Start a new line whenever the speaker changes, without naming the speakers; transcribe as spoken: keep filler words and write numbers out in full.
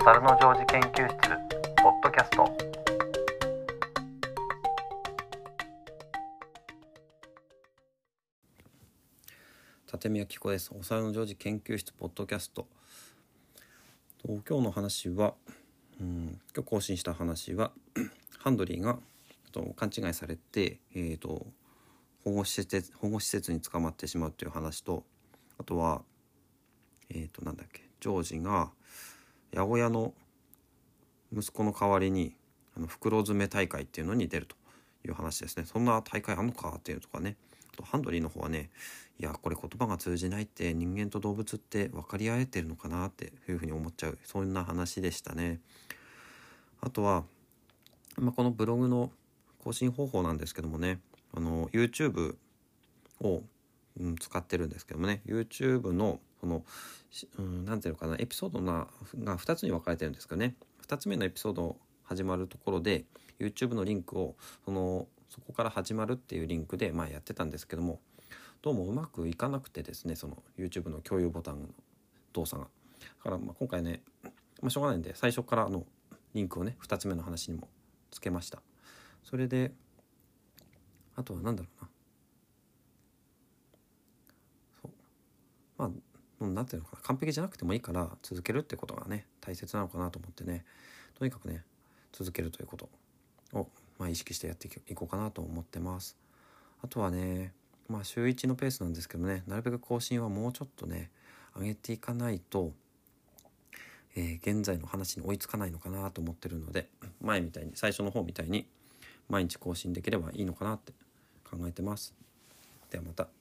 猿のジョージ研究室ポッドキャスト。立見明子です。お猿のジョージ研究室ポッドキャストと今日の話は、うん、今日更新した話はハンドリーがと勘違いされて、えー、と保護施設保護施設に捕まってしまうという話と、あとはえー、となんだっけジョージが八百屋の息子の代わりにあの袋詰め大会っていうのに出るという話ですね。そんな大会あんのかっていうのとかね。あとハンドリーの方はね、いやこれ言葉が通じないって人間と動物って分かり合えてるのかなっていうふうに思っちゃう、そんな話でしたね。あとは、まあ、このブログの更新方法なんですけどもね、あの YouTube を、うん、使ってるんですけどもね、 YouTube のその、うん、なんていうのかな、エピソードがふたつに分かれてるんですけどね、ふたつめのエピソード始まるところで YouTube のリンクをそのそこから始まるっていうリンクでまあやってたんですけども、どうもうまくいかなくてですね、その YouTube の共有ボタンの動作が。だからまあ今回ね、まあ、しょうがないんで最初からのリンクをねふたつめの話にもつけました。それであとはなんだろうな、そうまあなんていうのかな、完璧じゃなくてもいいから続けるってことがね大切なのかなと思ってね、とにかくね続けるということを、まあ、意識してやっていこうかなと思ってます。あとはね、まあ週いちのペースなんですけどね、なるべく更新はもうちょっとね上げていかないと、えー、現在の話に追いつかないのかなと思ってるので、前みたいに最初の方みたいに毎日更新できればいいのかなって考えてます。ではまた。